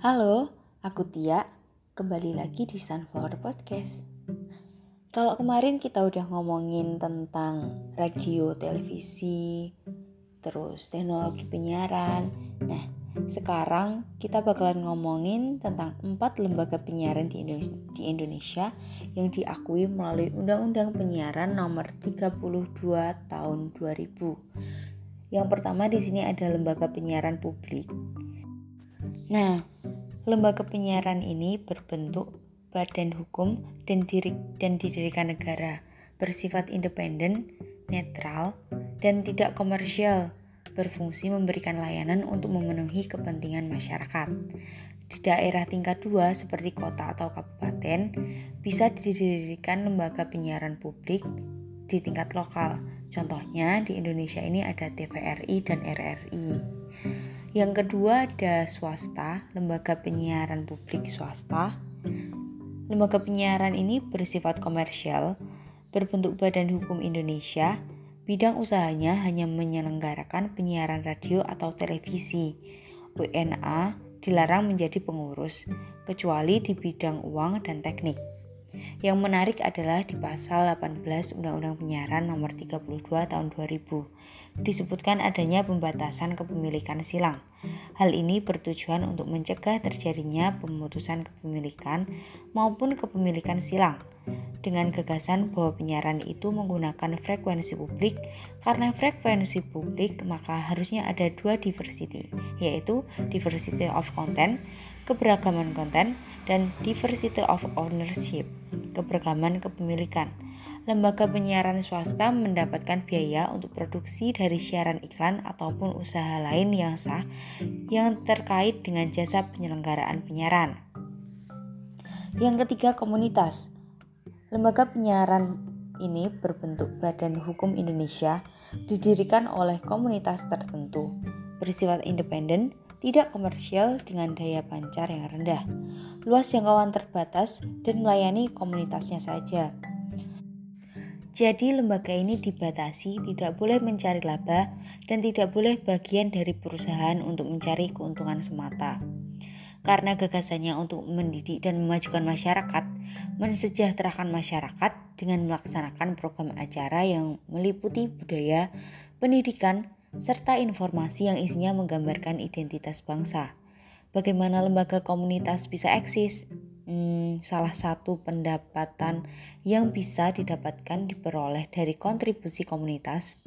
Halo, aku Tia. Kembali lagi di Sunflower Podcast. Kalau kemarin kita udah ngomongin tentang radio, televisi, terus teknologi penyiaran. Nah, sekarang kita bakalan ngomongin tentang 4 lembaga penyiaran di Indonesia yang diakui melalui Undang-Undang Penyiaran Nomor 32 Tahun 2000. Yang pertama di sini ada Lembaga Penyiaran Publik. Nah, lembaga penyiaran ini berbentuk badan hukum dan didirikan negara, bersifat independen, netral, dan tidak komersial, berfungsi memberikan layanan untuk memenuhi kepentingan masyarakat. Di daerah tingkat 2 seperti kota atau kabupaten, bisa didirikan lembaga penyiaran publik di tingkat lokal. Contohnya di Indonesia ini ada TVRI dan RRI. Yang kedua ada swasta, lembaga penyiaran publik swasta. Lembaga penyiaran ini bersifat komersial, berbentuk badan hukum Indonesia, bidang usahanya hanya menyelenggarakan penyiaran radio atau televisi. WNA dilarang menjadi pengurus, kecuali di bidang uang dan teknik. Yang menarik adalah di pasal 18 Undang-Undang Penyiaran Nomor 32 Tahun 2000 disebutkan adanya pembatasan kepemilikan silang. Hal ini bertujuan untuk mencegah terjadinya pemutusan kepemilikan maupun kepemilikan silang. Dengan gagasan bahwa penyiaran itu menggunakan frekuensi publik, karena frekuensi publik maka harusnya ada 2 diversity, yaitu diversity of content, keberagaman konten, dan diversity of ownership, keberagaman kepemilikan. Lembaga penyiaran swasta mendapatkan biaya untuk produksi dari siaran iklan ataupun usaha lain yang sah yang terkait dengan jasa penyelenggaraan penyiaran. Yang ketiga, komunitas. Lembaga penyiaran ini berbentuk badan hukum Indonesia, didirikan oleh komunitas tertentu, bersifat independen, tidak komersial dengan daya pancar yang rendah, luas jangkauan terbatas dan melayani komunitasnya saja. Jadi lembaga ini dibatasi, tidak boleh mencari laba dan tidak boleh bagian dari perusahaan untuk mencari keuntungan semata. Karena gagasannya untuk mendidik dan memajukan masyarakat, mensejahterakan masyarakat dengan melaksanakan program acara yang meliputi budaya, pendidikan, serta informasi yang isinya menggambarkan identitas bangsa. Bagaimana lembaga komunitas bisa eksis? Salah satu pendapatan yang bisa didapatkan diperoleh dari kontribusi komunitas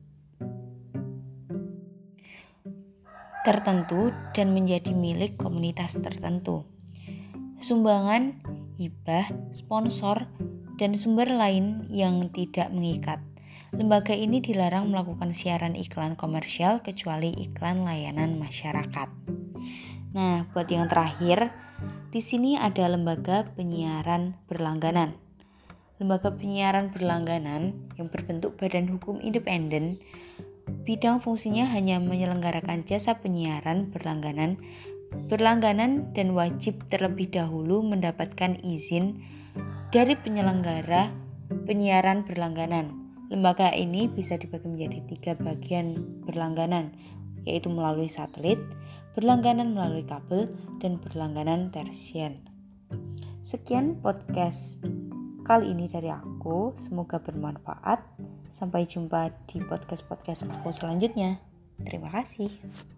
tertentu dan menjadi milik komunitas tertentu. Sumbangan, hibah, sponsor, dan sumber lain yang tidak mengikat. Lembaga ini dilarang melakukan siaran iklan komersial kecuali iklan layanan masyarakat. Nah, buat yang terakhir, di sini ada lembaga penyiaran berlangganan. Lembaga penyiaran berlangganan yang berbentuk badan hukum independen, bidang fungsinya hanya menyelenggarakan jasa penyiaran berlangganan dan wajib terlebih dahulu mendapatkan izin dari penyelenggara penyiaran berlangganan. Lembaga ini bisa dibagi menjadi 3 bagian berlangganan, yaitu melalui satelit, berlangganan melalui kabel, dan berlangganan tersier. Sekian podcast kali ini dari aku, semoga bermanfaat. Sampai jumpa di podcast-podcast aku selanjutnya. Terima kasih.